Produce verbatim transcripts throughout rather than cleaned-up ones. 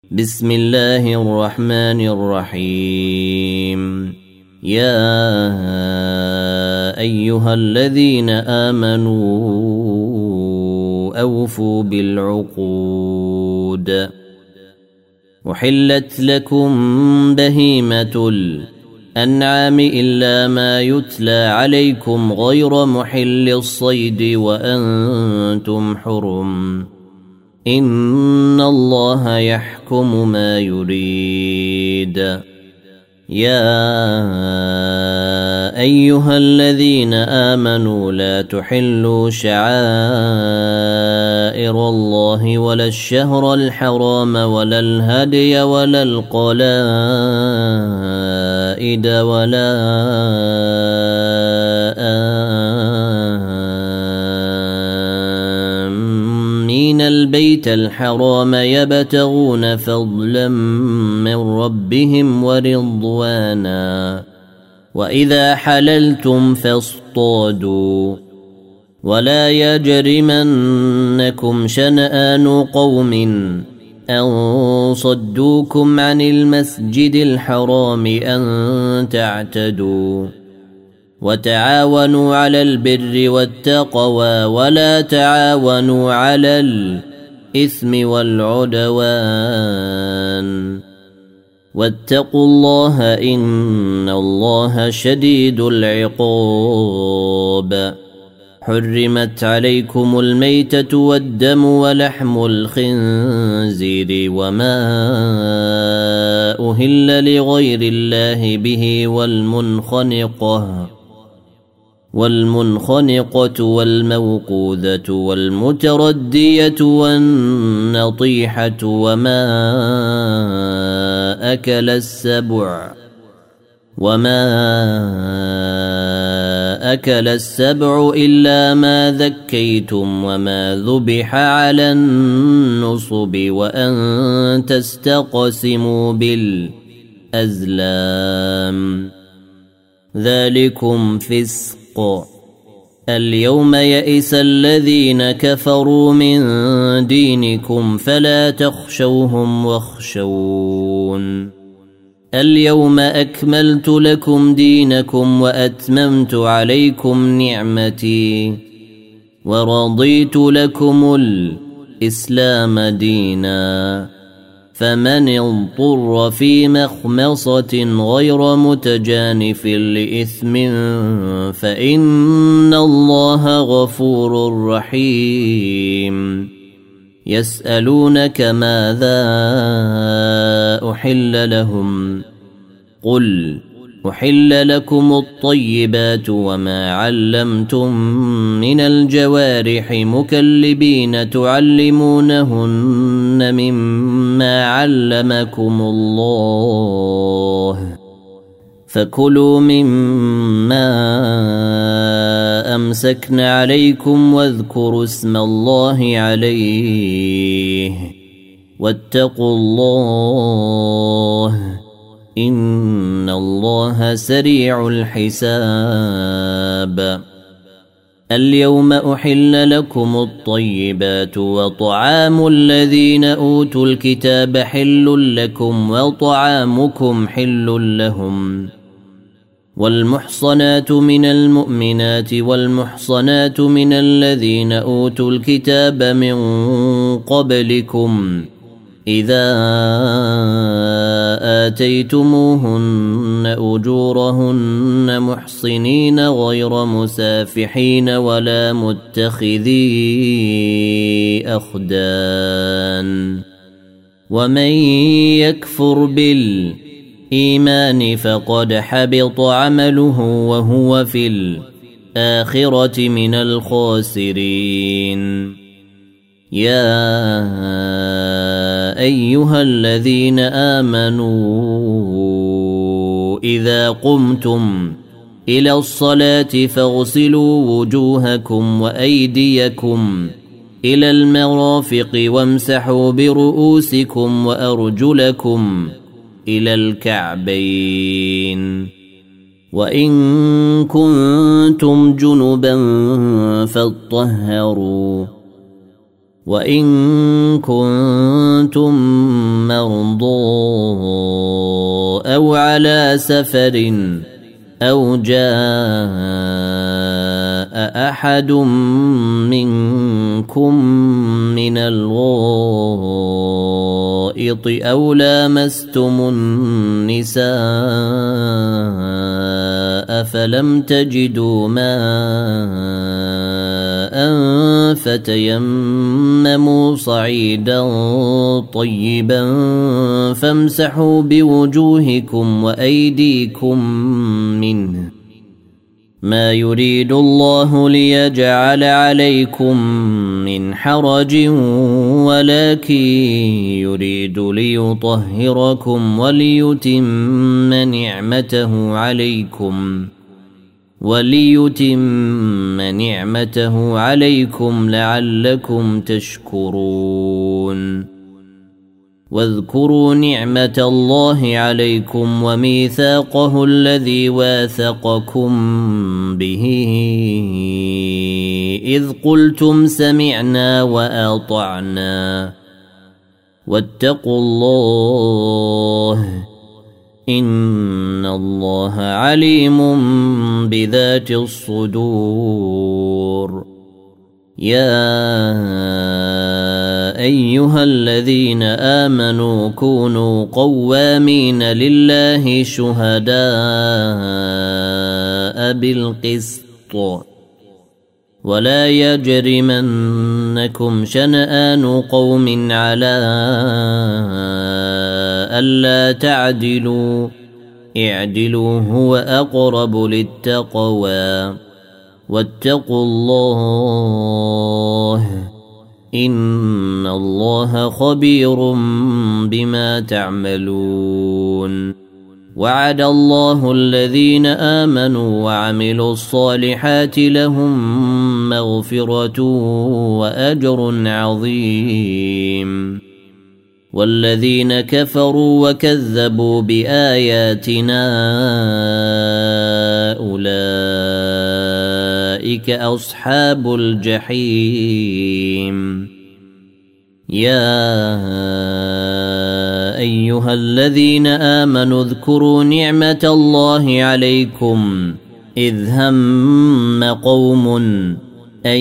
بسم الله الرحمن الرحيم. يا أيها الذين آمنوا أوفوا بالعقود. أحلت لكم بهيمة الأنعام إلا ما يتلى عليكم غير محل الصيد وأنتم حرم. إن الله يحكم ما يريد. يا أيها الذين آمنوا لا تحلوا شعائر الله ولا الشهر الحرام ولا الهدي ولا القلائد ولا آمين البيت الحرام يبتغون فضلا من ربهم ورضوانا. وإذا حللتم فاصطادوا ولا يجرمنكم شنآن قوم أن صدوكم عن المسجد الحرام أن تعتدوا. وتعاونوا على البر والتقوى ولا تعاونوا على الإثم والعدوان. واتقوا الله إن الله شديد العقاب. حرمت عليكم الميتة والدم ولحم الخنزير وما أهل لغير الله به والمنخنقة والمنخنقة والموقوذة والمتردية والنطيحة وما أكل السبع وما أكل السبع إلا ما ذكيتم وما ذبح على النصب وأن تستقسموا بالأزلام ذلكم فسق. اليوم يئس الذين كفروا من دينكم فلا تخشوهم واخشون. اليوم أكملت لكم دينكم وأتممت عليكم نعمتي ورضيت لكم الإسلام دينا. فمن اضطر في مخمصة غير متجانف لإثم فإن الله غفور رحيم. يسألونك ماذا أحل لهم قل أحل لكم الطيبات وما علمتم من الجوارح مكلبين تعلمونهن مما علمكم الله فكلوا مما أمسكن عليكم واذكروا اسم الله عليه واتقوا الله إن الله سريع الحساب. اليوم أحل لكم الطيبات وطعام الذين أوتوا الكتاب حل لكم وطعامكم حل لهم. والمحصنات من المؤمنات والمحصنات من الذين أوتوا الكتاب من قبلكم إذا آتيتموهن أجورهن محصنين غير مسافحين ولا متخذي أخدان. ومن يكفر بالإيمان فقد حبط عمله وهو في الآخرة من الخاسرين. يا أيها الذين آمنوا إذا قمتم إلى الصلاة فاغسلوا وجوهكم وأيديكم إلى المرافق وامسحوا برؤوسكم وأرجلكم إلى الكعبين. وإن كنتم جنبا فاطهروا وإن كنتم مرضى أو على سفر أو جاء أحد منكم من الغائط أو لامستم النساء فلم تجدوا ماء فتيمموا صعيدا طيبا فامسحوا بوجوهكم وأيديكم منه ما يريد الله ليجعل عليكم من حرج ولكن يريد ليطهركم وليتم نعمته عليكم وليتم نعمته عليكم لعلكم تشكرون واذكروا نعمة الله عليكم وميثاقه الذي واثقكم به إذ قلتم سمعنا وأطعنا واتقوا الله إن الله عليم بذات الصدور يا أيها الذين آمنوا كونوا قوامين لله شهداء بالقسط ولا يجرمنكم شنآن قوم على ألا تعدلوا اعدلوا هو أقرب للتقوى واتقوا الله إن الله خبير بما تعملون وعد الله الذين آمنوا وعملوا الصالحات لهم مغفرة وأجر عظيم والذين كفروا وكذبوا بآياتنا أولئك أصحاب الجحيم يا أيها الذين آمنوا اذكروا نعمة الله عليكم إذ هم قوم أن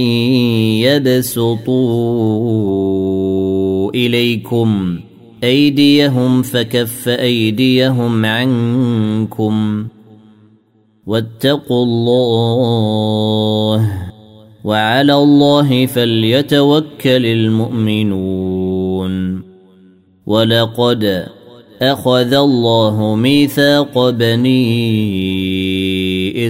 يبسطوا إليكم أيديهم فكف أيديهم عنكم واتقوا الله وعلى الله فليتوكل المؤمنون ولقد أخذ الله ميثاق بني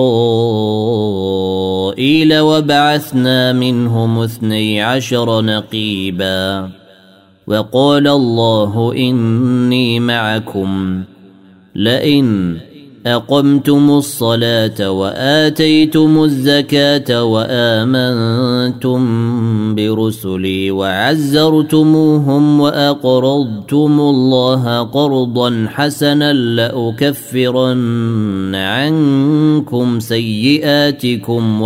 إسرائيل وبعثنا منهم اثني عشر نقيبا وقال الله إني معكم لئن أقمتم الصلاة وآتيتم الزكاة وآمنتم برسلي وعزرتموهم وأقرضتم الله قرضا حسنا لأكفرن عنكم سيئاتكم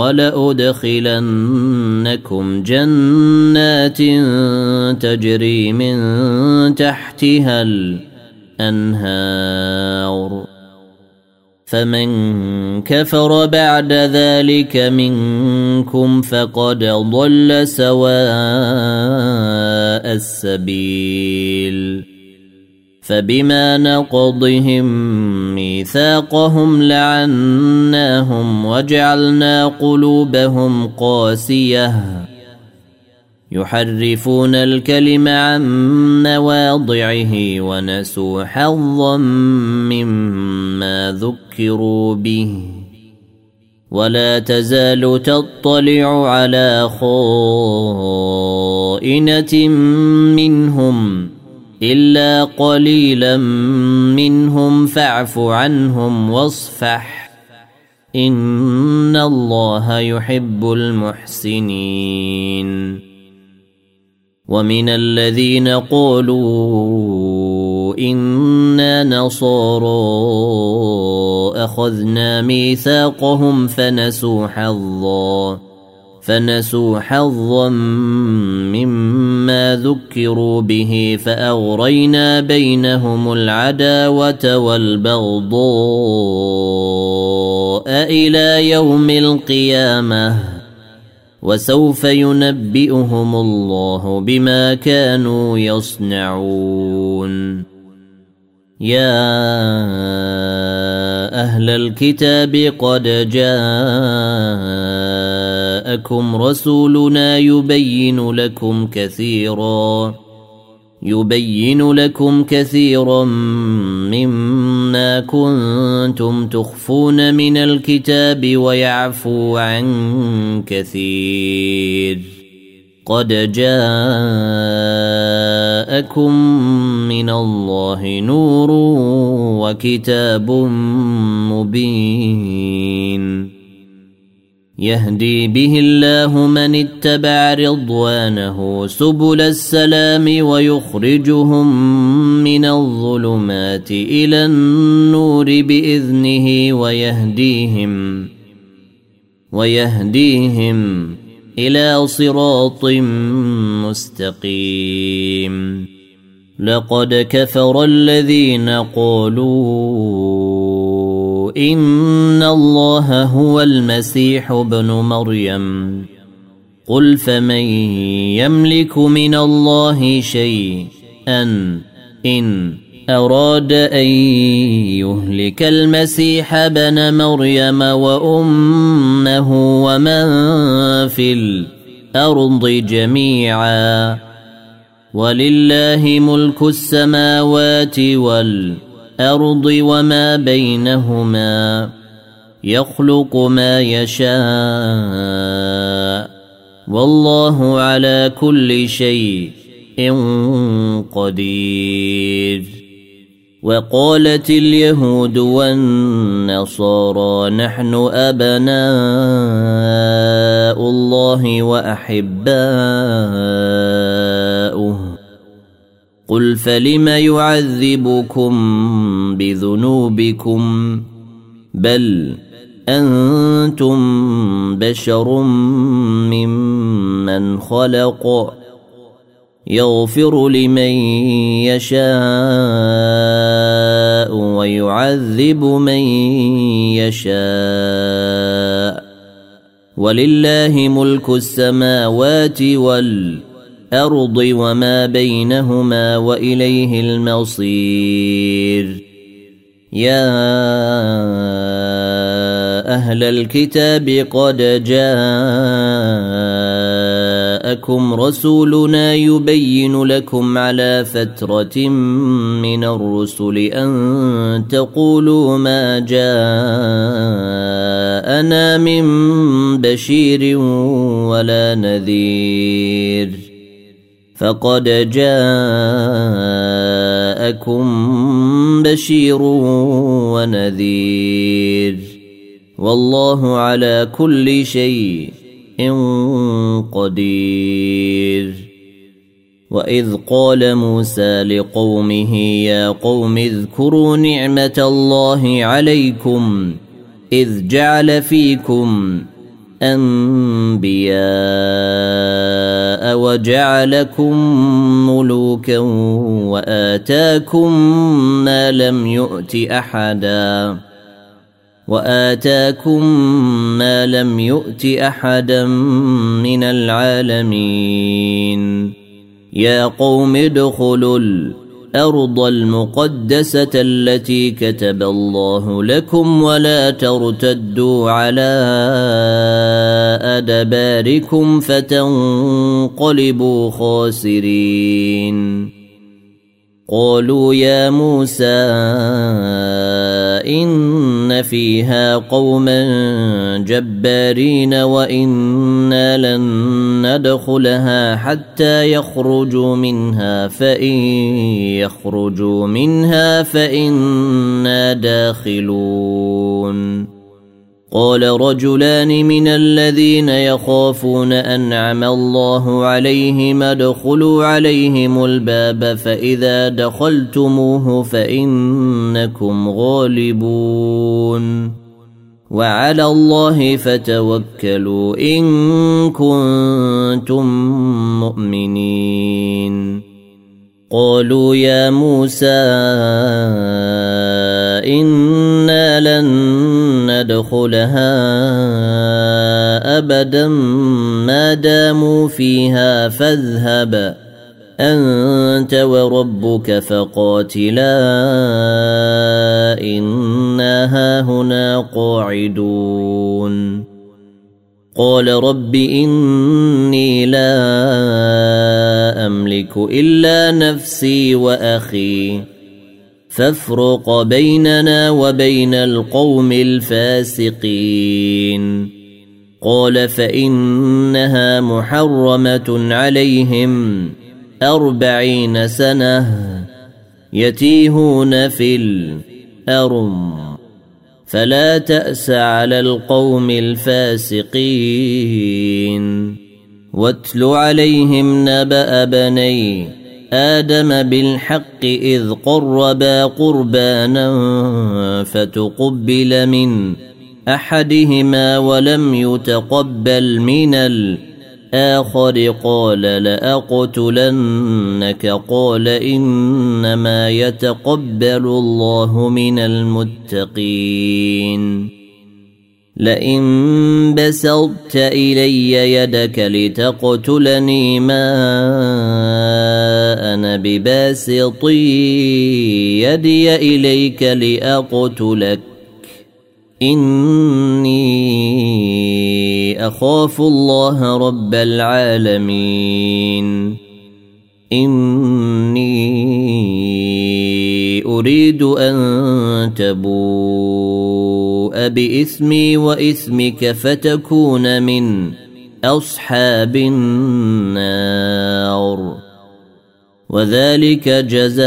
ولأدخلنكم جنات تجري من تحتها الأنهار فمن كفر بعد ذلك منكم فقد ضل سواء السبيل فبما نقضهم ميثاقهم لعناهم وجعلنا قلوبهم قاسية يحرفون الكلم عن مواضعه ونسوا حظا مما ذكروا به ولا تزال تطلع على خائنة منهم إلا قليلا منهم فاعف عنهم واصفح إن الله يحب المحسنين ومن الذين قالوا إنا نصارى أخذنا ميثاقهم فنسوا حظا فنسوا حظا مما ذكروا به فأغرينا بينهم العداوة والبغضاء إلى يوم القيامة وسوف ينبئهم الله بما كانوا يصنعون. يا أهل الكتاب قد جاءكم رسولنا يبين لكم كثيرا يبين لكم كثيرا مما كنتم تخفون من الكتاب ويعفو عن كثير. قد جاءكم من الله نور وكتاب مبين يهدي به الله من اتبع رضوانه سبل السلام ويخرجهم من الظلمات إلى النور بإذنه ويهديهم ويهديهم إلى صراط مستقيم. لقد كفر الذين قالوا إن الله هو المسيح ابن مريم قل فمن يملك من الله شيئا إن أراد أن يهلك المسيح ابن مريم وأمه ومن في الأرض جميعا ولله ملك السماوات والأرض وما بينهما يخلق ما يشاء والله على كل شيء قدير. وقالت اليهود والنصارى نحن أبناء الله وأحباؤه قل فلم يعذبكم بذنوبكم بل أنتم بشر ممن خلق يغفر لمن يشاء ويعذب من يشاء ولله ملك السماوات والأرض وما بينهما وإليه المصير. يا أهل الكتاب قد جاءكم رسولنا يبين لكم على فترة من الرسل أن تقولوا ما جاءنا من بشير ولا نذير فقد جاءكم بشير ونذير والله على كل شيء قدير. وإذ قال موسى لقومه يا قوم اذكروا نعمة الله عليكم إذ جعل فيكم أنبياء وجعلكم ملوكا وآتاكم ما لم يؤت أحدا وآتاكم ما لم يؤت أحدا من العالمين. يا قوم ادخلوا الأرض المقدسة التي كتب الله لكم ولا ترتدوا على أدباركم فتنقلبوا خاسرين. قالوا يا موسى إن فيها قوما جبارين وإنا لن ندخلها حتى يخرجوا منها فإن يخرجوا منها فإنا داخلون. قال رجلان من الذين يخافون أنعم الله عليهم ادخلوا عليهم الباب فإذا دخلتموه فإنكم غالبون وعلى الله فتوكلوا إن كنتم مؤمنين قالوا يا موسى إنا لن ندخلها أبدا ما داموا فيها فاذهب أنت وربك فقاتلا إنا هاهنا قاعدون قال رب إني لا أملك إلا نفسي وأخي فافرق بيننا وبين القوم الفاسقين قال فإنها محرمة عليهم أربعين سنة يتيهون في الأرض فلا تأس على القوم الفاسقين واتل عليهم نبأ بني آدم بالحق إذ قربا قربانا فتقبل من أحدهما ولم يتقبل من الآخر قال لأقتلنك قال إنما يتقبل الله من المتقين لئن بسطت إلي يدك لتقتلني ما أنا بباسط يدي إليك لأقتلك إني أخاف الله رب العالمين إني أريد أن تبوء بإثمي وإثمك فتكون من أصحاب النار وذلك جزاء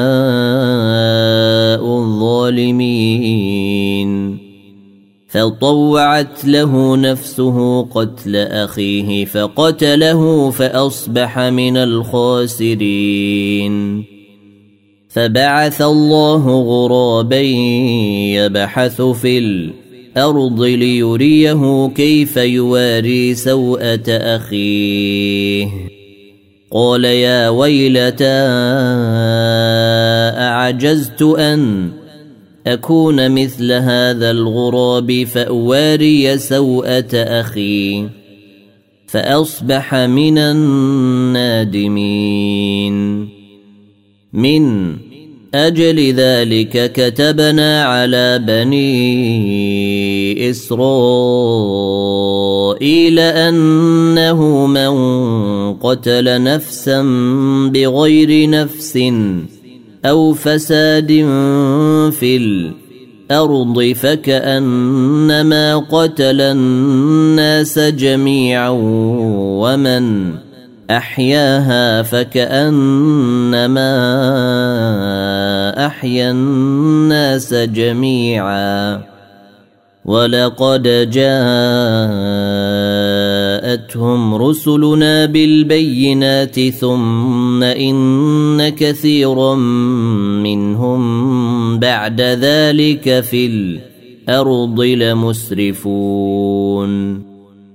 الظالمين فطوعت له نفسه قتل أخيه فقتله فأصبح من الخاسرين فبعث الله غرابا يبحث في الأرض ليريه كيف يواري سوءة أخيه قال يا ويلتى أعجزت أن أكون مثل هذا الغراب فأواري سوءة أخي فأصبح من النادمين من أجل ذلك كتبنا على بني إسرائيل أنه من قتل نفسا بغير نفس أو فساد في الأرض فكأنما قتل الناس جميعا ومن أحياها فكأنما أحيا الناس جميعا ولقد جاءتهم رسلنا بالبينات ثم إن كثيرا منهم بعد ذلك في الأرض لمسرفون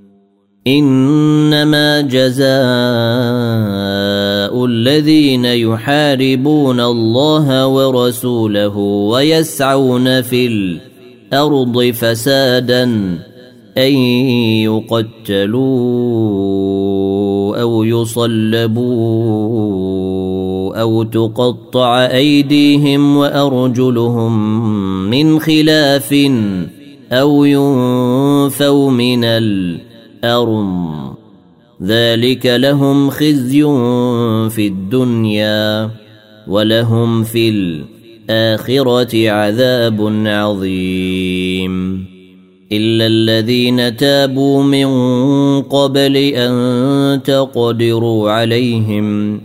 إنما جزاء الذين يحاربون الله ورسوله ويسعون في الأرض فسادا أن يقتلوا أو يصلبوا أو تقطع أيديهم وأرجلهم من خلاف أو ينفوا من الأرض ذلك لهم خزي في الدنيا ولهم في الآخرة عذاب عظيم إلا الذين تابوا من قبل أن تقدروا عليهم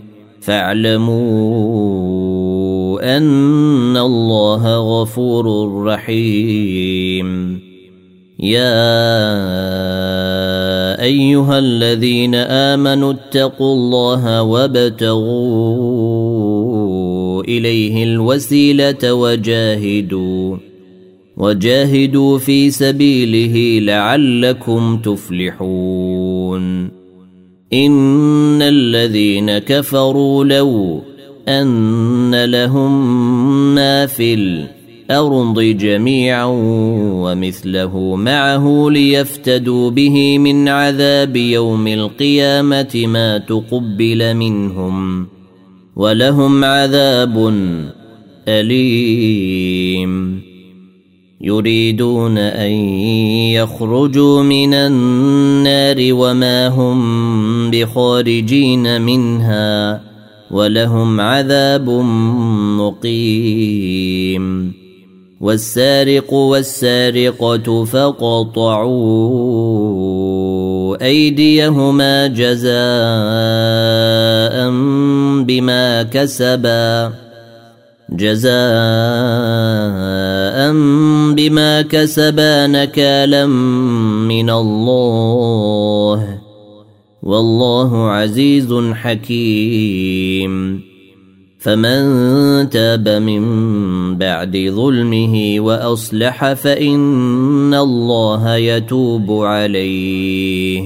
فاعلموا أن الله غفور رحيم يا أيها الذين آمنوا اتقوا الله وابتغوا إليه الوسيلة وجاهدوا وجاهدوا في سبيله لعلكم تفلحون إن الذين كفروا لو أن لهم ما في الأرض جميعا ومثله معه ليفتدوا به من عذاب يوم القيامة ما تقبل منهم ولهم عذاب أليم يريدون أن يخرجوا من النار وما هم بخارجين منها ولهم عذاب مقيم والسارق والسارقة فقطعوا أيديهما جزاء بما كسبا جزاء بما كسبا نكالا من الله والله عزيز حكيم فمن تاب من بعد ظلمه وأصلح فإن الله يتوب عليه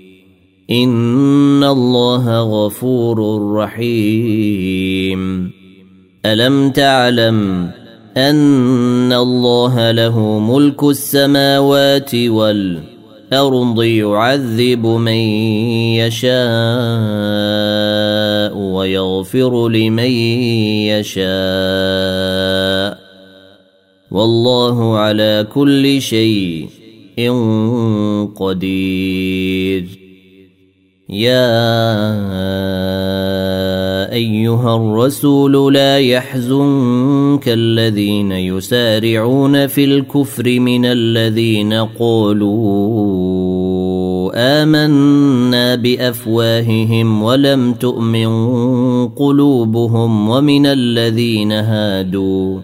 إن الله غفور رحيم ألم تعلم أن الله له ملك السماوات والأرض يعذب من يشاء ويغفر لمن يشاء والله على كل شيء قدير يا أيها الرسول لا يحزنك الذين يسارعون في الكفر من الذين قالوا آمنا بأفواههم ولم تؤمن قلوبهم ومن الذين هادوا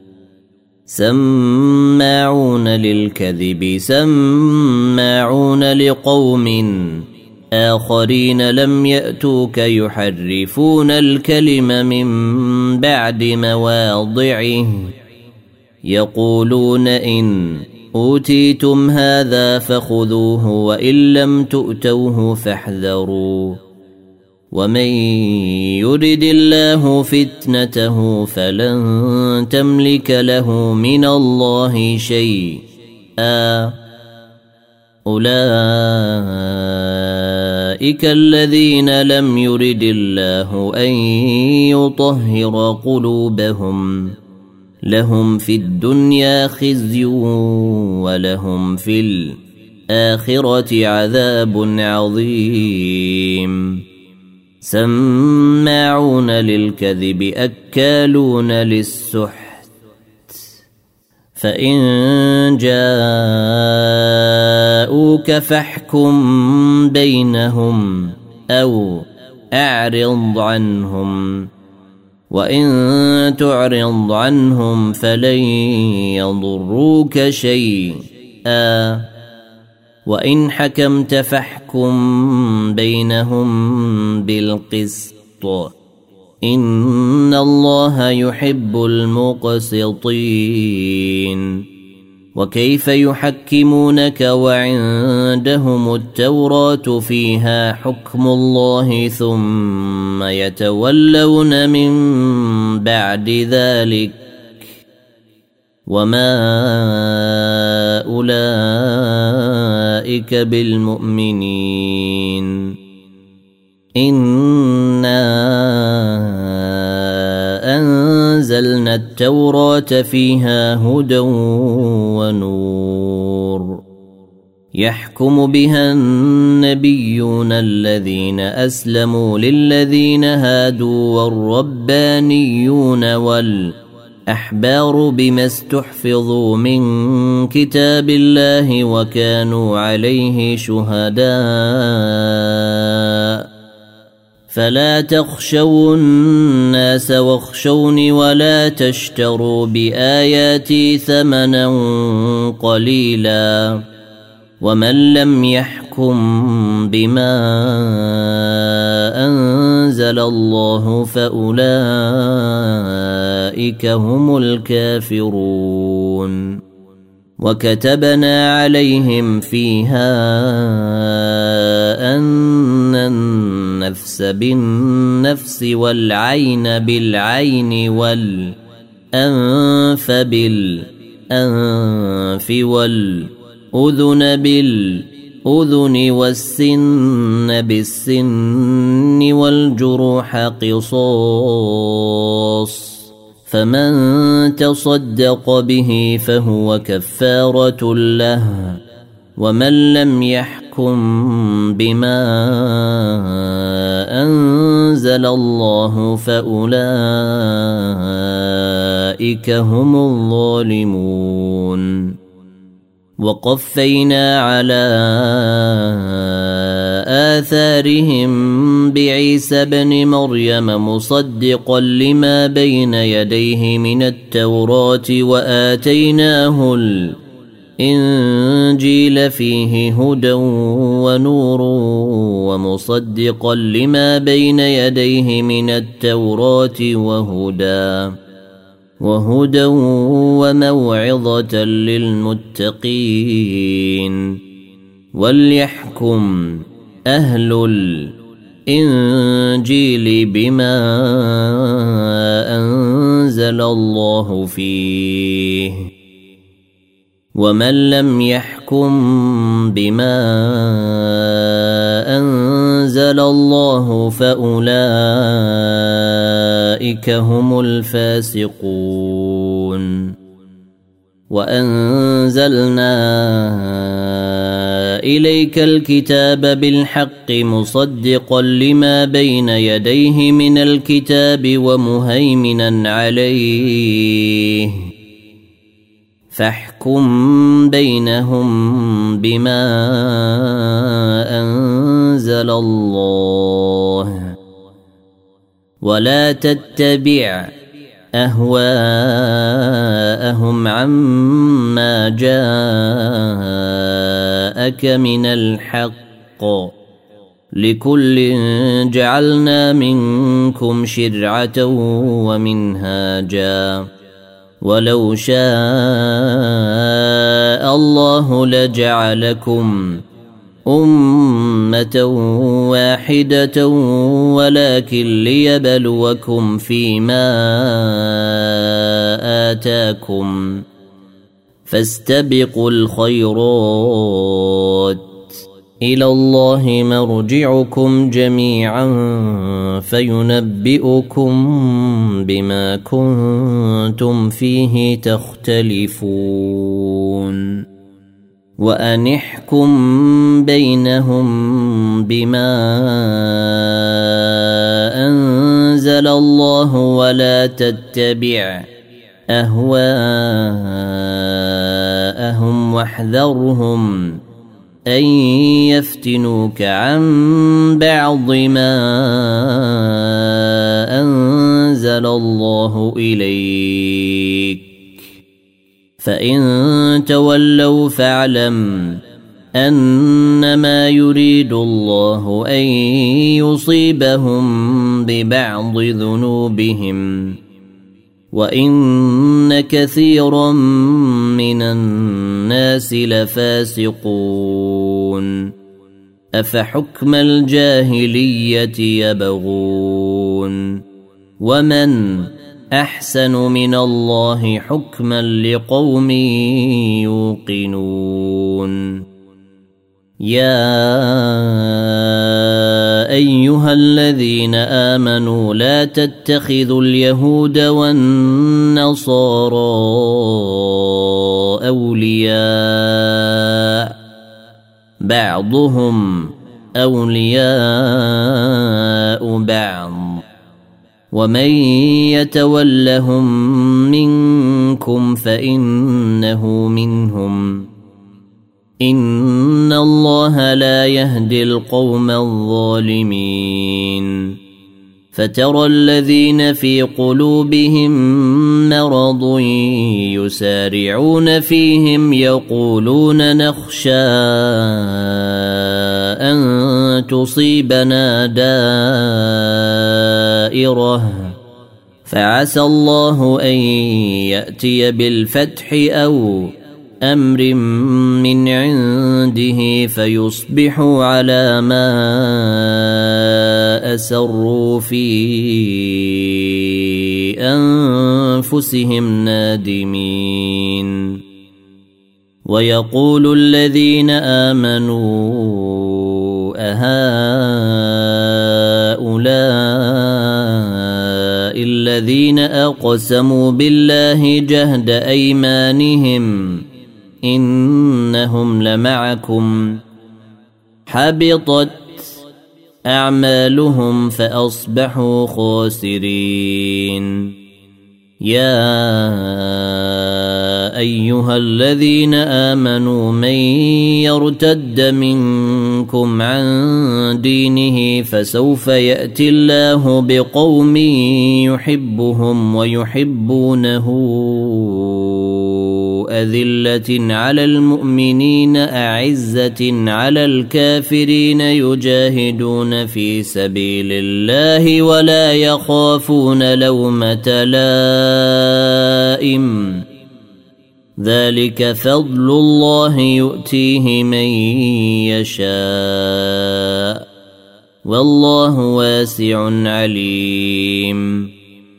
سماعون للكذب سماعون لقوم آخرين لم يأتوك يحرفون الكلم من بعد مواضعه يقولون إن أوتيتم هذا فخذوه وإن لم تؤتوه فاحذروا ومن يرد الله فتنته فلن تملك له من الله شيئا أولئك الذين لم يرد الله أن يطهر قلوبهم لهم في الدنيا خزي ولهم في الآخرة عذاب عظيم سماعون للكذب أكالون للسحت فإن جاءوك فاحكم بينهم أو أعرض عنهم وإن تعرض عنهم فلن يضروك شيئا وإن حكمت فاحكم بينهم بالقسط إن الله يحب المقسطين وكيف يحكمونك وعندهم التوراة فيها حكم الله ثم يتولون من بعد ذلك وما أولئك بالمؤمنين إنا أنزلنا التوراة فيها هدى ونور يحكم بها النبيون الذين أسلموا للذين هادوا والربانيون والأحبار بما استحفظوا من كتاب الله وكانوا عليه شهداء فلا تخشوا الناس واخشوني ولا تشتروا بآياتي ثمنا قليلا ومن لم يحكم بما أنزل الله فأولئك هم الكافرون وكتبنا عليهم فيها أن النفس بالنفس والعين بالعين والأنف بالأنف والأذن بالأذن والسن بالسن والجروح قصاص، فمن تصدق به فهو كفارة له، ومن لم يحكم بما أنزل الله فأولئك هم الظالمون. وقفينا على آثارهم بعيسى ابن مريم مصدقا لما بين يديه من التوراة وآتيناه الإنجيل فيه هدى ونور ومصدقا لما بين يديه من التوراة وهدى وهدى وموعظة للمتقين. وليحكم أهل الإنجيل بما أنزل الله فيه، ومن لم يحكم بما أنزل الله فأولئك هم الفاسقون. وأنزلنا إليك الكتاب بالحق مصدقا لما بين يديه من الكتاب ومهيمنا عليه، فاحكم بينهم بما أنزل الله، ولا تتبع أهواءهم عما جاءك من الحق، لكل جعلنا منكم شرعة ومنهاجا، ولو شاء الله لجعلكم أمة واحدة ولكن ليبلوكم فيما آتاكم، فاستبقوا الخيرات، إلى الله مرجعكم جميعا فينبئكم بما كنتم فيه تختلفون. وأن احكم بينهم بما أنزل الله، ولا تتبع أهواءهم واحذرهم أن يفتنوك عن بعض ما أنزل الله إليك، فإن تولوا فاعلم أنما يريد الله أن يصيبهم ببعض ذنوبهم، وإن كثيرا من الناس لفاسقون. أفحكم الجاهلية يبغون، ومن أحسن من الله حكما لقوم يوقنون. يا أيها الذين آمنوا لا تتخذوا اليهود والنصارى أولياء، بعضهم أولياء بعض، ومن يتولهم منكم فإنه منهم، إن الله لا يهدي القوم الظالمين. فترى الذين في قلوبهم مرض يسارعون فيهم يقولون نخشى أن تصيبنا دائرة، فعسى الله أن يأتي بالفتح أو أمر من عنده فيصبحوا على ما أسروا في أنفسهم نادمين ويقول الذين آمنوا أهؤلاء الذين أقسموا بالله جهد أيمانهم إنهم لمعكم حبطت أعمالهم فأصبحوا خاسرين يا أيها الذين آمنوا من يرتد منكم عن دينه فسوف يأتي الله بقوم يحبهم ويحبونه أذلة على المؤمنين أعزة على الكافرين يجاهدون في سبيل الله ولا يخافون لومة لائم ذلك فضل الله يؤتيه من يشاء والله واسع عليم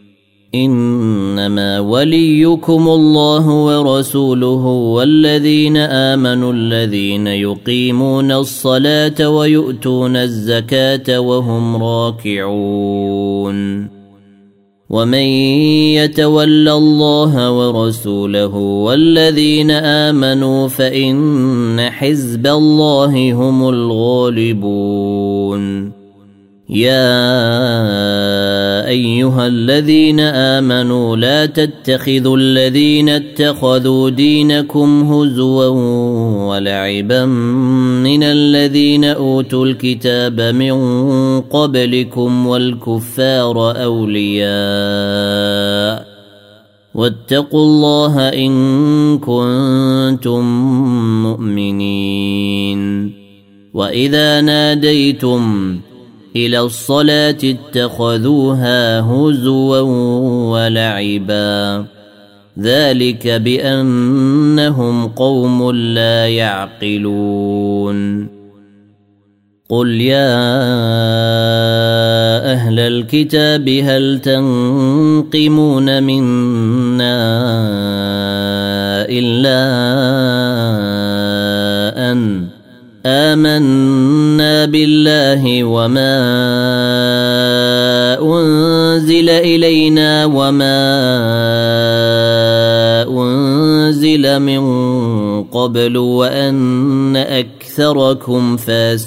إنما وليكم الله ورسوله والذين آمنوا الذين يقيمون الصلاة ويؤتون الزكاة وهم راكعون ومن يتول الله ورسوله والذين آمنوا فإن حزب الله هم الغالبون يا أيها الذين آمنوا لا تتخذوا الذين اتخذوا دينكم هزوا ولعبا من الذين أوتوا الكتاب من قبلكم والكفار أولياء واتقوا الله إن كنتم مؤمنين وإذا ناديتم إلى الصلاة اتخذوها هزوا ولعبا ذلك بأنهم قوم لا يعقلون قل يا أهل الكتاب هل تنقمون منا إلا أن آمنا بالله وما أنزل إلينا وما أنزل من قبل وأن أكثركم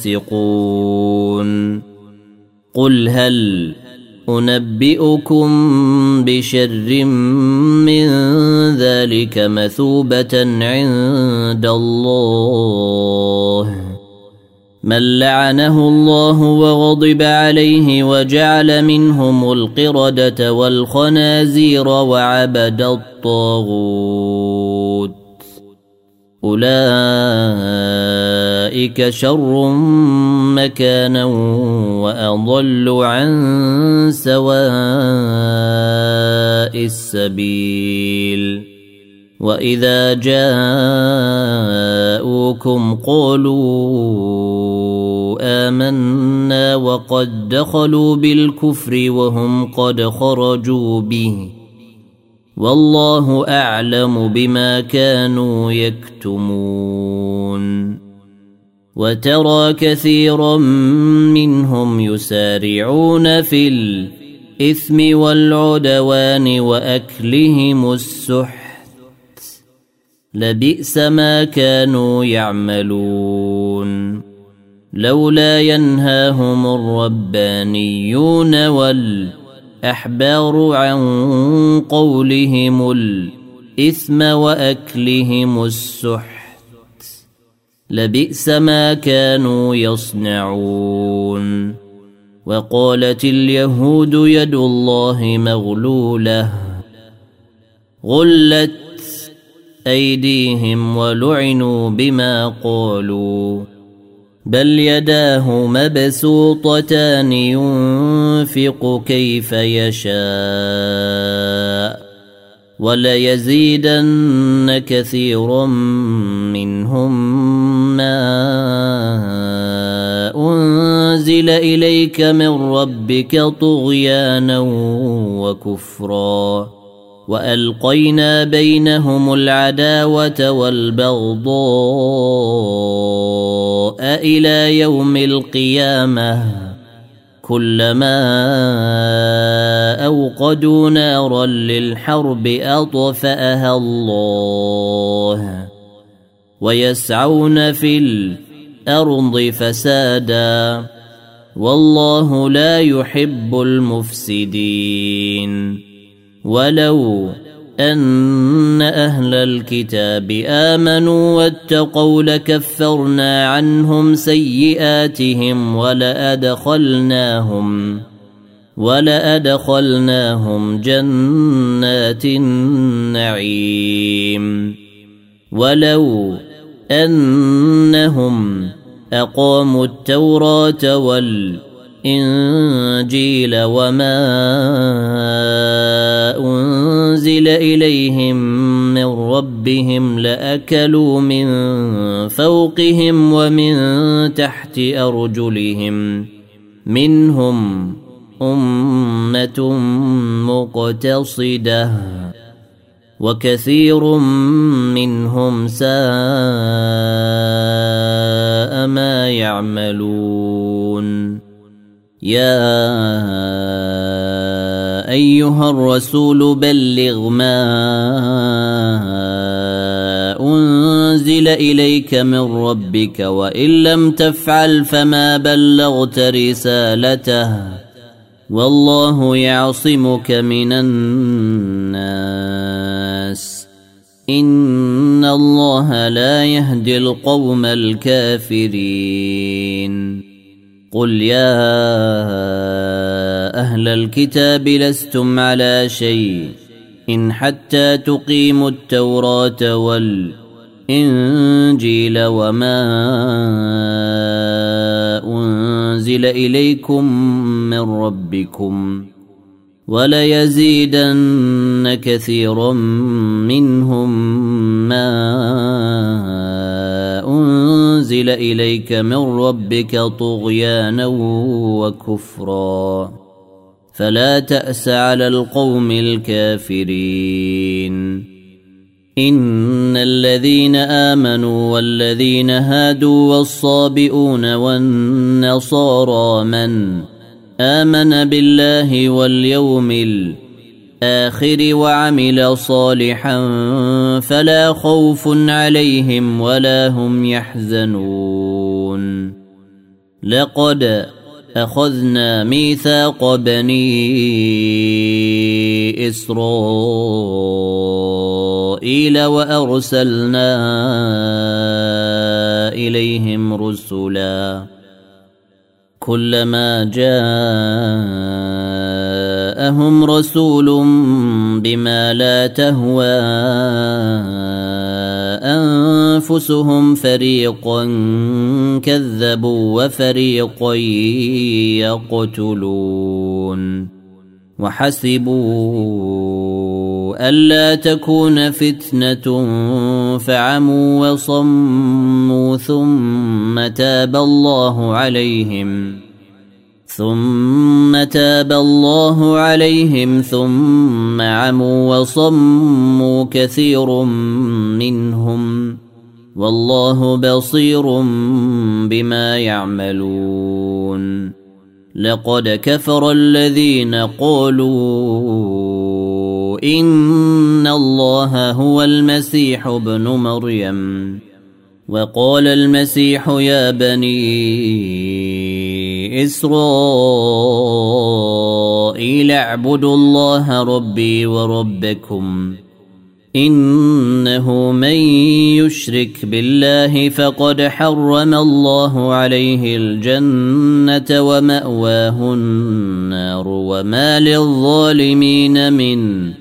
فاسقون قل هل أنبئكم بشر من ذلك مثوبة عند الله من لعنه الله وغضب عليه وجعل منهم القردة والخنازير وعبد الطاغوت أولئك شر مكانا وأضل عن سواء السبيل وإذا جاءوكم قالوا آمنا وقد دخلوا بالكفر وهم قد خرجوا به والله أعلم بما كانوا يكتمون وترى كثيرا منهم يسارعون في الإثم والعدوان وأكلهم السحت لبئس ما كانوا يعملون لولا ينهاهم الربانيون والأحبار عن قولهم الإثم وأكلهم السحت لبئس ما كانوا يصنعون وقالت اليهود يد الله مغلولة غلت أيديهم ولعنوا بما قالوا بل يداه مبسوطتان ينفق كيف يشاء وليزيدن كثيرا منهم ما أنزل إليك من ربك طغيانا وكفرا وألقينا بينهم العداوة والبغضاء إلى يوم القيامة كلما أوقدوا نارا للحرب أطفأها الله ويسعون في الأرض فسادا والله لا يحب المفسدين ولو أن أهل الكتاب آمنوا واتقوا لكفرنا عنهم سيئاتهم ولأدخلناهم ولأدخلناهم جنات النعيم ولو أنهم أقاموا التوراة والإنجيل وما أنزل إليهم من ربهم لأكلوا من فوقهم ومن تحت أرجلهم منهم أمة مقتصدة وكثير منهم ساء ما يعملون يا أيها الرسول بلغ ما أنزل إليك من ربك وإن لم تفعل فما بلغت رسالته والله يعصمك من الناس إن الله لا يهدي القوم الكافرين قل يا أهل الكتاب لستم على شيء إن حتى تقيموا التوراة والإنجيل وما أنزل إليكم من ربكم وليزيدن كثيرا منهم ما أنزل إليك من ربك طغيانا وكفرا فلا تأس على القوم الكافرين إن الذين آمنوا والذين هادوا والصابئون والنصارى من آمن بالله واليوم الآخر وعمل صالحا فلا خوف عليهم ولا هم يحزنون لقد أخذنا ميثاق بني إسرائيل وأرسلنا إليهم رسلا كلما جاءهم رسول بما لا تهوى أنفسهم فريقا كذبوا وفريقا يقتلون وحسبوا ألا تكون فتنة فعموا وصموا ثم تاب الله عليهم ثم تاب الله عليهم ثم عموا وصموا كثير منهم والله بصير بما يعملون لقد كفر الذين قالوا إن الله هو المسيح ابن مريم وقال المسيح يا بني إسرائيل اعبدوا الله ربي وربكم إنه من يشرك بالله فقد حرم الله عليه الجنة ومأواه النار وما للظالمين من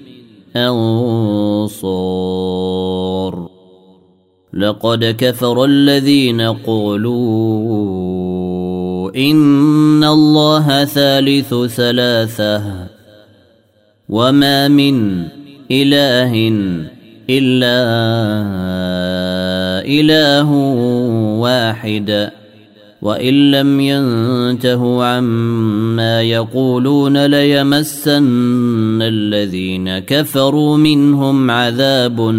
أنصار لقد كفر الذين قالوا إن الله ثالث ثلاثة وما من إله إلا إله واحد وإن لم ينتهوا عما يقولون ليمسن الذين كفروا منهم عذاب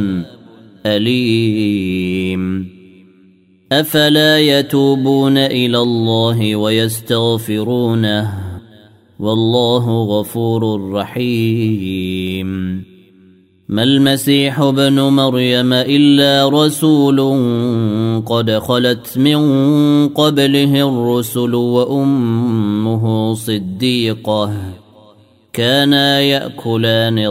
أليم أفلا يتوبون إلى الله ويستغفرونه والله غفور رحيم ما المسيح ابن مريم إلا رسول قد خلت من قبله الرسل وأمه صديقة كانا يأكلان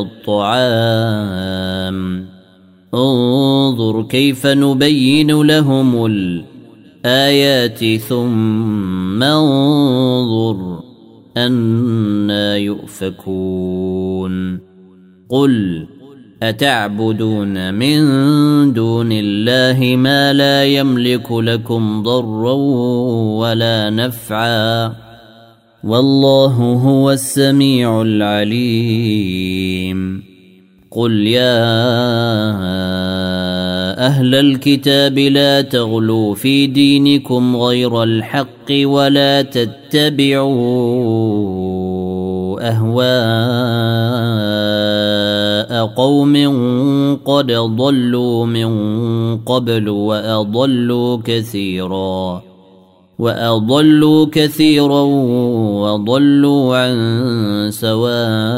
الطعام انظر كيف نبين لهم الآيات ثم انظر أنا يؤفكون قل أتعبدون من دون الله ما لا يملك لكم ضرا ولا نفعا والله هو السميع العليم قل يا أهل الكتاب لا تغلوا في دينكم غير الحق ولا تتبعوا أهواء قوم قد ضلوا من قبل وأضلوا كثيرا وأضلوا كثيرا وضلوا عن سواء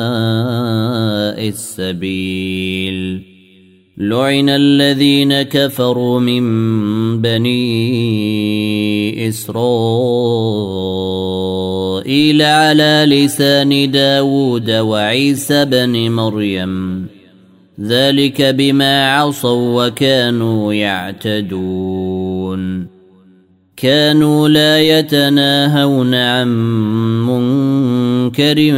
السبيل لعن الذين كفروا من بني إسرائيل على لسان داود وعيسى بن مريم ذلك بما عصوا وكانوا يعتدون كانوا لا يتناهون عن منكر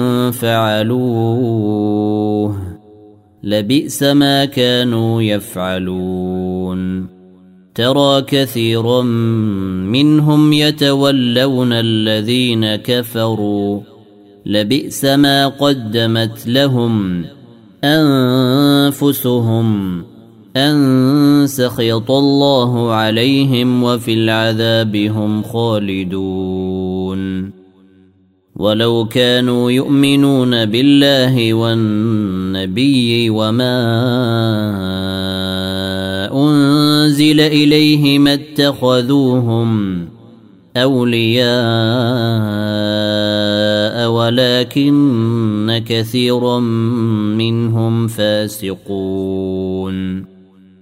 فعلوه لبئس ما كانوا يفعلون ترى كثيرا منهم يتولون الذين كفروا لبئس ما قدمت لهم أنفسهم أن سخط الله عليهم وفي العذاب هم خالدون ولو كانوا يؤمنون بالله والنبي وما أنزل إليه ما اتخذوهم أولياء ولكن كثيرا منهم فاسقون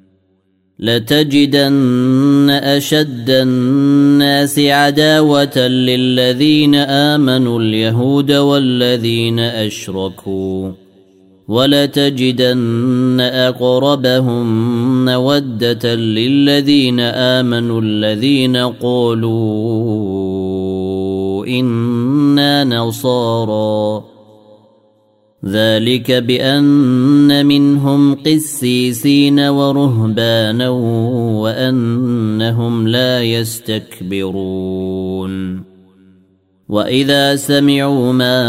لتجدن أشد الناس عداوة للذين آمنوا اليهود والذين أشركوا ولتجدن أقربهم مودة للذين آمنوا الذين قالوا إنا نصارى ذلك بأن منهم قسيسين ورهبانا وأنهم لا يستكبرون وإذا سمعوا ما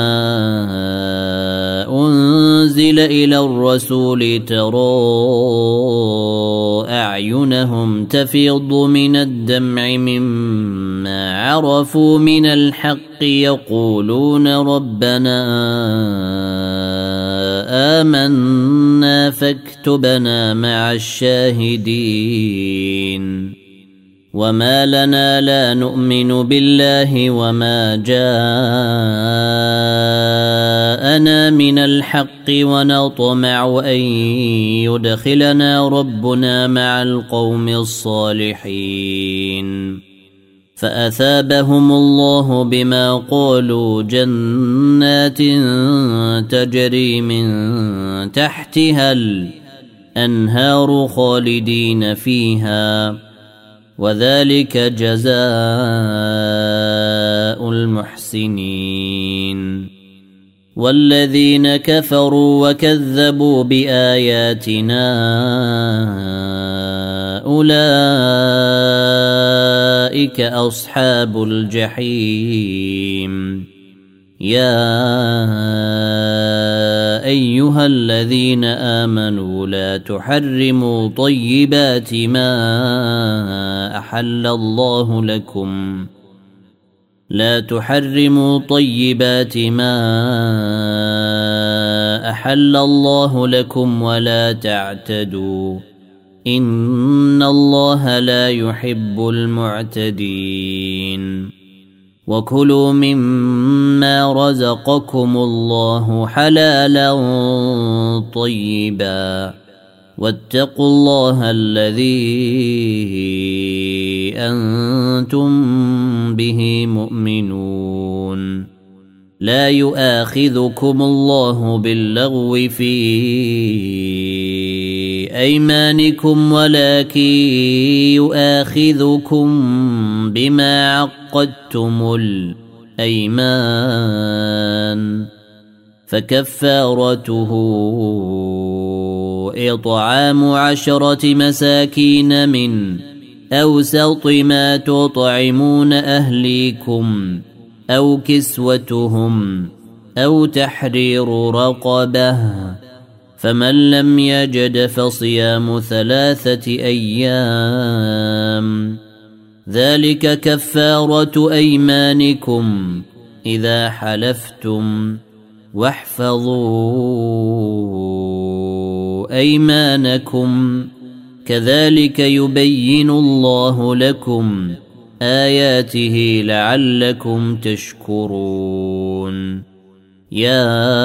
أنزل إلى الرسول ترى أعينهم تفيض من الدمع مما عرفوا من الحق يقولون ربنا آمنا فاكتبنا مع الشاهدين وما لنا لا نؤمن بالله وما جاءنا من الحق ونطمع أن يدخلنا ربنا مع القوم الصالحين فأثابهم الله بما قالوا جنات تجري من تحتها الأنهار خالدين فيها وذلك جزاء المحسنين والذين كفروا وكذبوا بآياتنا أولئك أصحاب الجحيم يا أيها الذين آمنوا لا تحرموا طيبات ما أحل الله لكم لا تحرموا طيبات ما أحل الله لكم ولا تعتدوا إن الله لا يحب المعتدين وكلوا مما رزقكم الله حلالا طيبا واتقوا الله الذي أنتم به مؤمنون لا يؤاخذكم الله باللغو في أيمانكم ولكن يؤاخذكم بما عقدتم الأيمان فكفارته إطعام عشرة مساكين من أوسط ما تطعمون أهليكم أو كسوتهم أو تحرير رقبة فمن لم يجد فصيام ثلاثة أيام ذلك كفارة أيمانكم إذا حلفتم واحفظوا أيمانكم كذلك يبين الله لكم آياته لعلكم تشكرون يا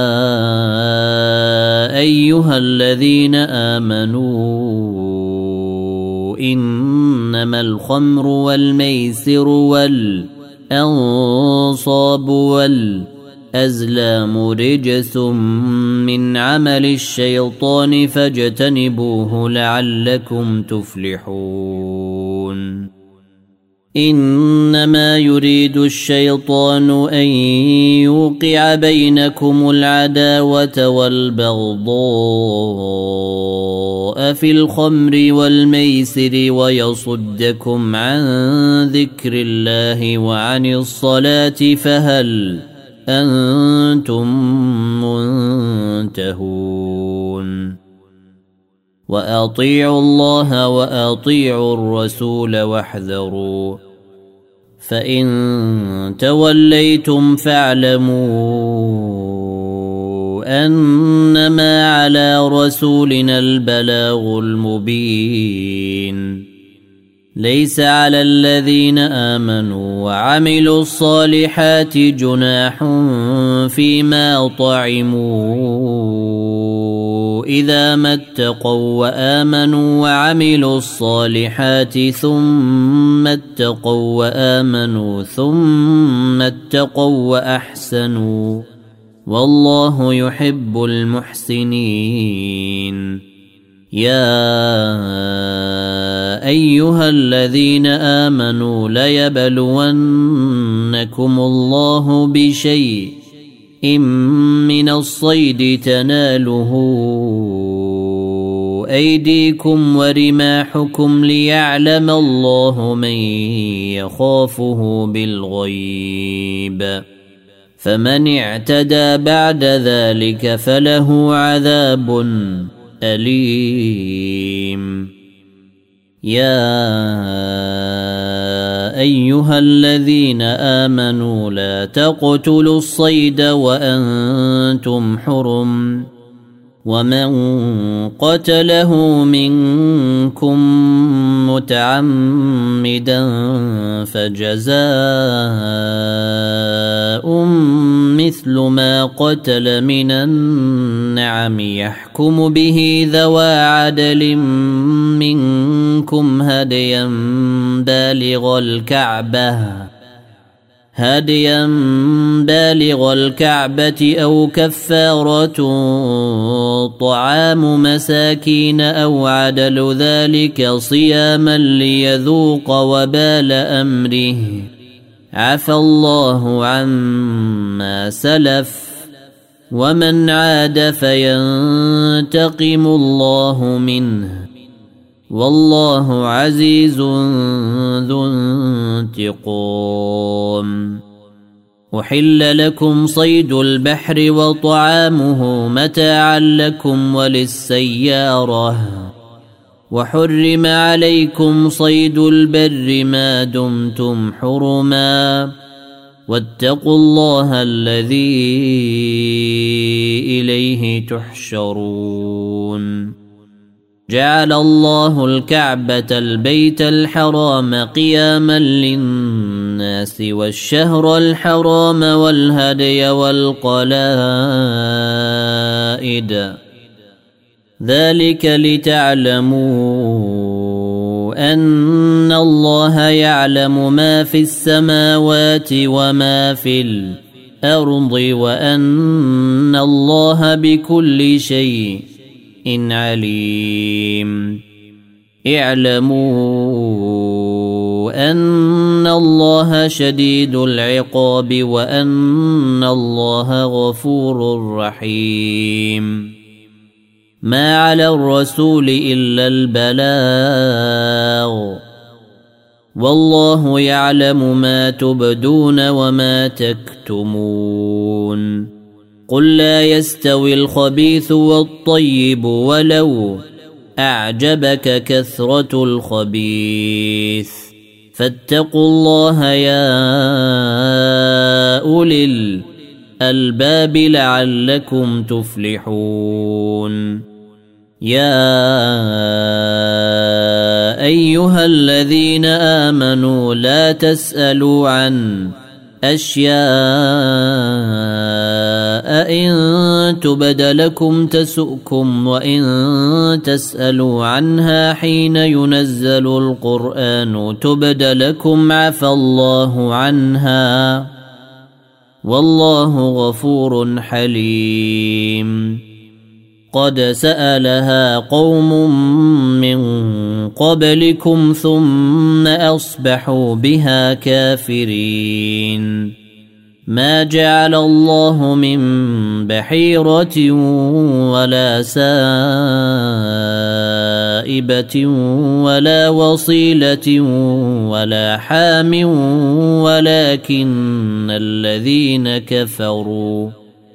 أيها الذين آمنوا إنما الخمر والميسر والأنصاب والأزلام رجس من عمل الشيطان فاجتنبوه لعلكم تفلحون إنما يريد الشيطان أن يوقع بينكم العداوة والبغضاء في الخمر والميسر ويصدكم عن ذكر الله وعن الصلاة فهل أنتم منتهون وأطيعوا الله وأطيعوا الرسول واحذروا فإن توليتم فاعلموا أنما على رسولنا البلاغ المبين ليس على الذين آمنوا وعملوا الصالحات جناح فيما طعموا إذا ما اتقوا وآمنوا وعملوا الصالحات ثم اتقوا وآمنوا ثم اتقوا وأحسنوا والله يحب المحسنين يا أيها الذين آمنوا ليبلونكم الله بشيء من الصيد تناله أيديكم ورماحكم ليعلم الله من يخافه بالغيب فمن اعتدى بعد ذلك فله عذاب أليم يا أيها الذين آمنوا لا تقتلوا الصيد وأنتم حرم ومن قتله منكم متعمدا فجزاء مثل ما قتل من النعم يحكم به ذوى عدل منكم هديا بالغ الكعبة هديا بالغ الكعبة أو كفارة طعام مساكين أو عدل ذلك صياما ليذوق وبال أمره عفى الله عما سلف ومن عاد فينتقم الله منه والله عزيز ذو انتقام أحل لكم صيد البحر وطعامه متاعا لكم وللسيارة وحرم عليكم صيد البر ما دمتم حرما واتقوا الله الذي إليه تحشرون جعل الله الكعبة البيت الحرام قياما للناس والشهر الحرام والهدي والقلائد ذلك لتعلموا أن الله يعلم ما في السماوات وما في الأرض وأن الله بكل شيء إن عليم اعلموا أن الله شديد العقاب وأن الله غفور رحيم ما على الرسول إلا البلاغ والله يعلم ما تبدون وما تكتمون قل لا يستوي الخبيث والطيب ولو أعجبك كثرة الخبيث فاتقوا الله يا أولي الألباب لعلكم تفلحون يا أيها الذين آمنوا لا تسألوا عن أشياء إن تبد لكم تسؤكم وإن تسألوا عنها حين ينزل القرآن تبد لكم عفى الله عنها والله غفور حليم قد سألها قوم من قبلكم ثم أصبحوا بها كافرين ما جعل الله من بحيرة ولا سائبة ولا وصيلة ولا حام ولكن الذين كفروا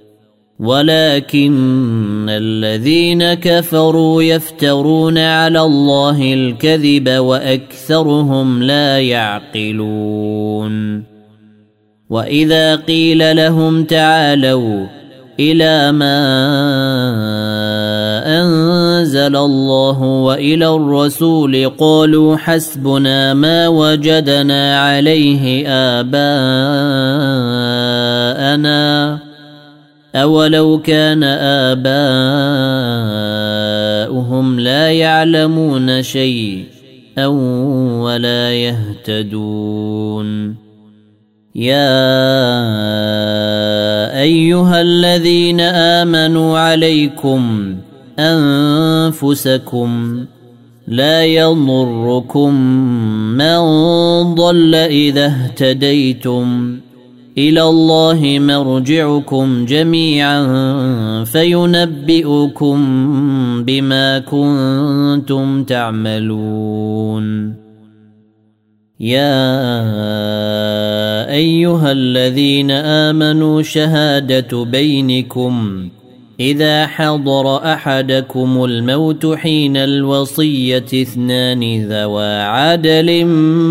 ولكن الذين كفروا يفترون على الله الكذب وأكثرهم لا يعقلون وإذا قيل لهم تعالوا إلى ما أنزل الله وإلى الرسول قالوا حسبنا ما وجدنا عليه آباءنا أولو كان آباؤهم لا يعلمون شيئا ولا يهتدون يا أيها الذين آمنوا عليكم أنفسكم لا يضركم من ضل إذا اهتديتم إلى الله مرجعكم جميعا فينبئكم بما كنتم تعملون يا أيها الذين آمنوا شهادة بينكم إذا حضر أحدكم الموت حين الوصية اثنان ذوى عدل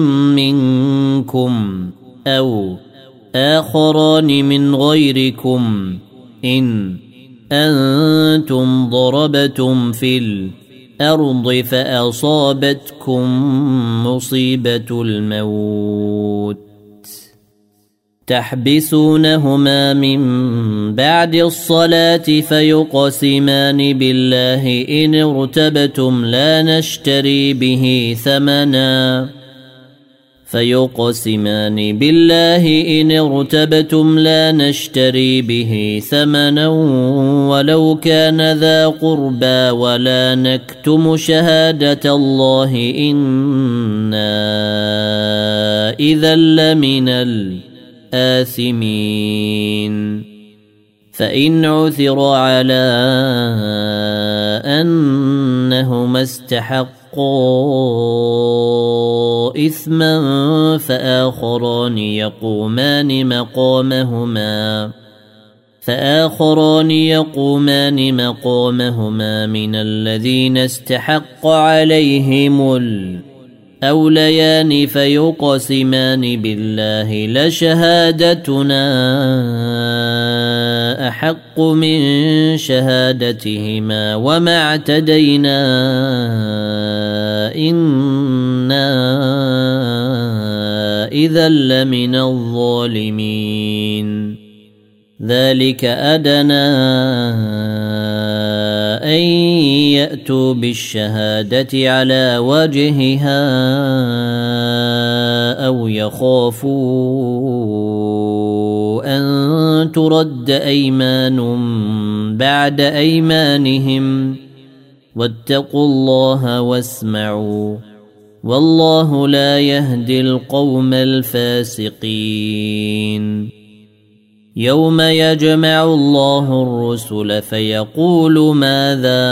منكم أو آخران من غيركم إن أنتم ضربتم في الأرض فأصابتكم مصيبة الموت تحبسونهما من بعد الصلاة فيقسمان بالله إن ارتبتم لا نشتري به ثمنا فيقسمان بالله إن ارتبتم لا نشتري به ثمنا ولو كان ذا قربى ولا نكتم شهادة الله إنا إذا لمن الآثمين فإن عثر على أنهما استحقا إثما فآخران يقومان مقامهما فآخران يقومان مقامهما من الذين استحق عليهم الأوليان فيقسمان بالله لشهادتنا أحق من شهادتهما وما اعتدينا إنا إذا لمن الظالمين ذلك أدنى أن يأتوا بالشهادة على وجهها أو يخافوا أن ترد أيمان بعد أيمانهم واتقوا الله واسمعوا والله لا يهدي القوم الفاسقين يوم يجمع الله الرسل فيقول ماذا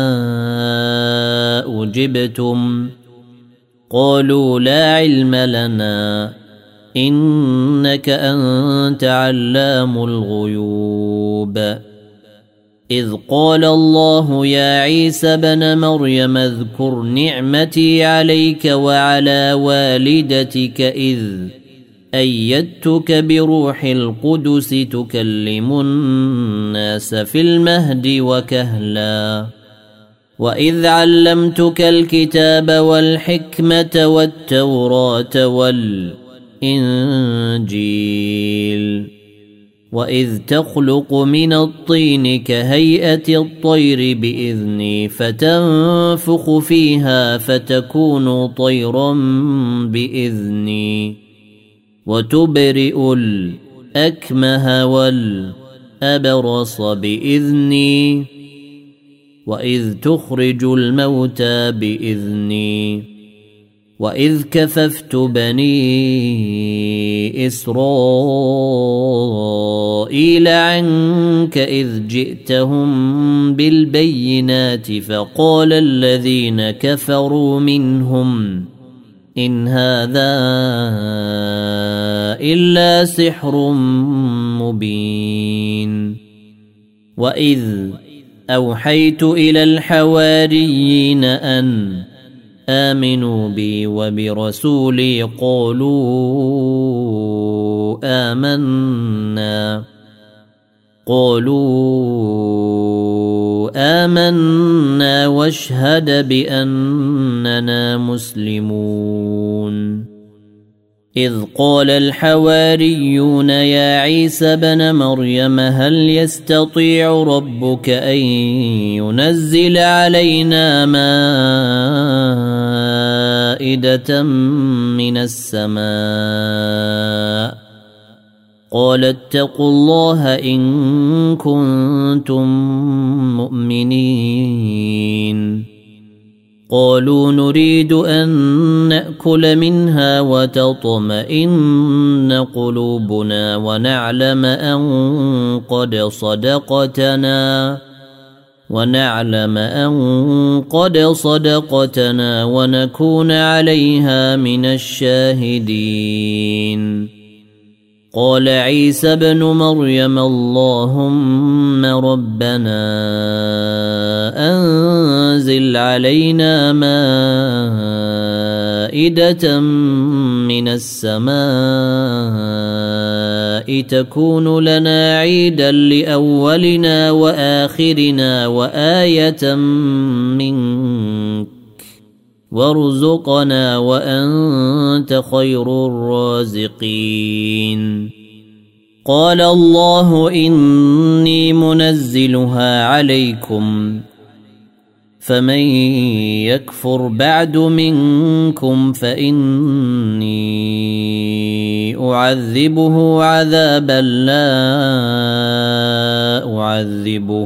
أجبتم قالوا لا علم لنا إنك أنت علام الغيوب إذ قال الله يا عيسى بن مريم اذكر نعمتي عليك وعلى والدتك إذ أيدتك بروح القدس تكلم الناس في المهد وكهلا وإذ علمتك الكتاب والحكمة والتوراة والإنجيل وإذ تخلق من الطين كهيئة الطير بإذني فتنفخ فيها فتكون طيرا بإذني وتبرئ الأكمه والأبرص بإذني وإذ تخرج الموتى بإذني وإذ كففت بني إسرائيل عنك إذ جئتهم بالبينات فقال الذين كفروا منهم إن هذا إلا سحر مبين وإذ أوحيت إلى الحواريين أن آمنوا بي وبرسولي قالوا آمنا قالوا آمنا واشهد بأننا مسلمون إذ قال الحواريون يا عيسى بن مريم هل يستطيع ربك أن ينزل علينا مائدة من السماء قال اتقوا الله إن كنتم مؤمنين قالوا نريد أن نأكل منها وتطمئن قلوبنا ونعلم أن قد صدقتنا ونعلم أن قد صدقتنا ونكون عليها من الشاهدين قال عيسى بن مريم اللهم ربنا أنزل علينا مائدة من السماء تكون لنا عيدا لأولنا وآخرنا وآية منك وارزقنا وأنت خير الرازقين قال الله إني منزلها عليكم فمن يكفر بعد منكم فإني أعذبه عذابا لا أعذبه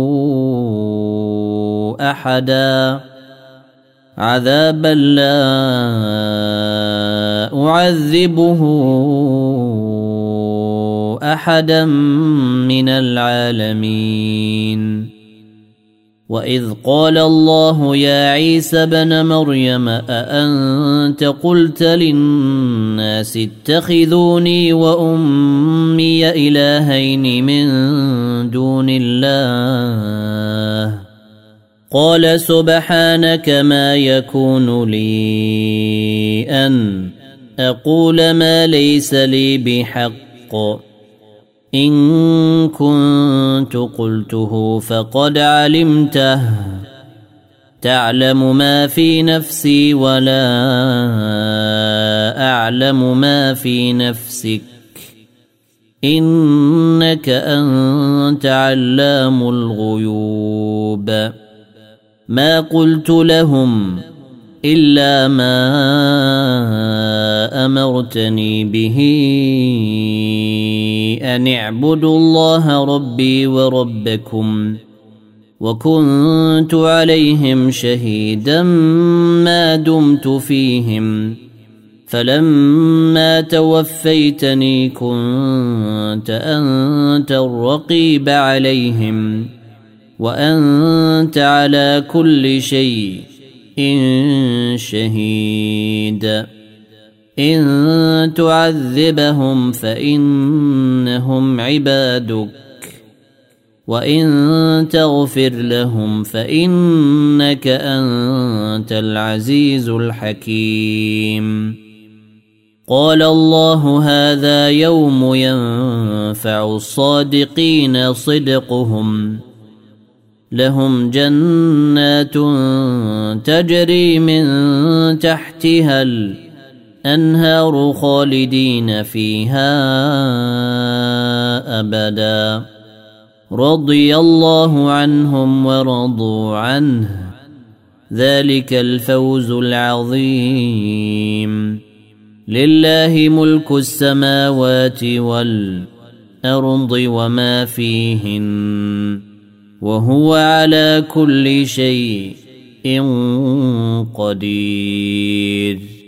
أحدا عذابا لا أعذبه أحدا من العالمين وإذ قال الله يا عيسى ابن مريم أأنت قلت للناس اتخذوني وأمي إلهين من دون الله قال سبحانك ما يكون لي أن أقول ما ليس لي بحق إن كنت قلته فقد علمته تعلم ما في نفسي ولا أعلم ما في نفسك إنك أنت علام الغيوب ما قلت لهم إلا ما أمرتني به أن اعبدوا الله ربي وربكم وكنت عليهم شهيدا ما دمت فيهم فلما توفيتني كنت أنت الرقيب عليهم وأنت على كل شيء إن شهيد إن تعذبهم فإنهم عبادك وإن تغفر لهم فإنك أنت العزيز الحكيم قال الله هذا يوم ينفع الصادقين صدقهم لهم جنات تجري من تحتها الأنهار خالدين فيها أبدا رضي الله عنهم ورضوا عنه ذلك الفوز العظيم لله ملك السماوات والأرض وما فيهن وهو على كل شيء قدير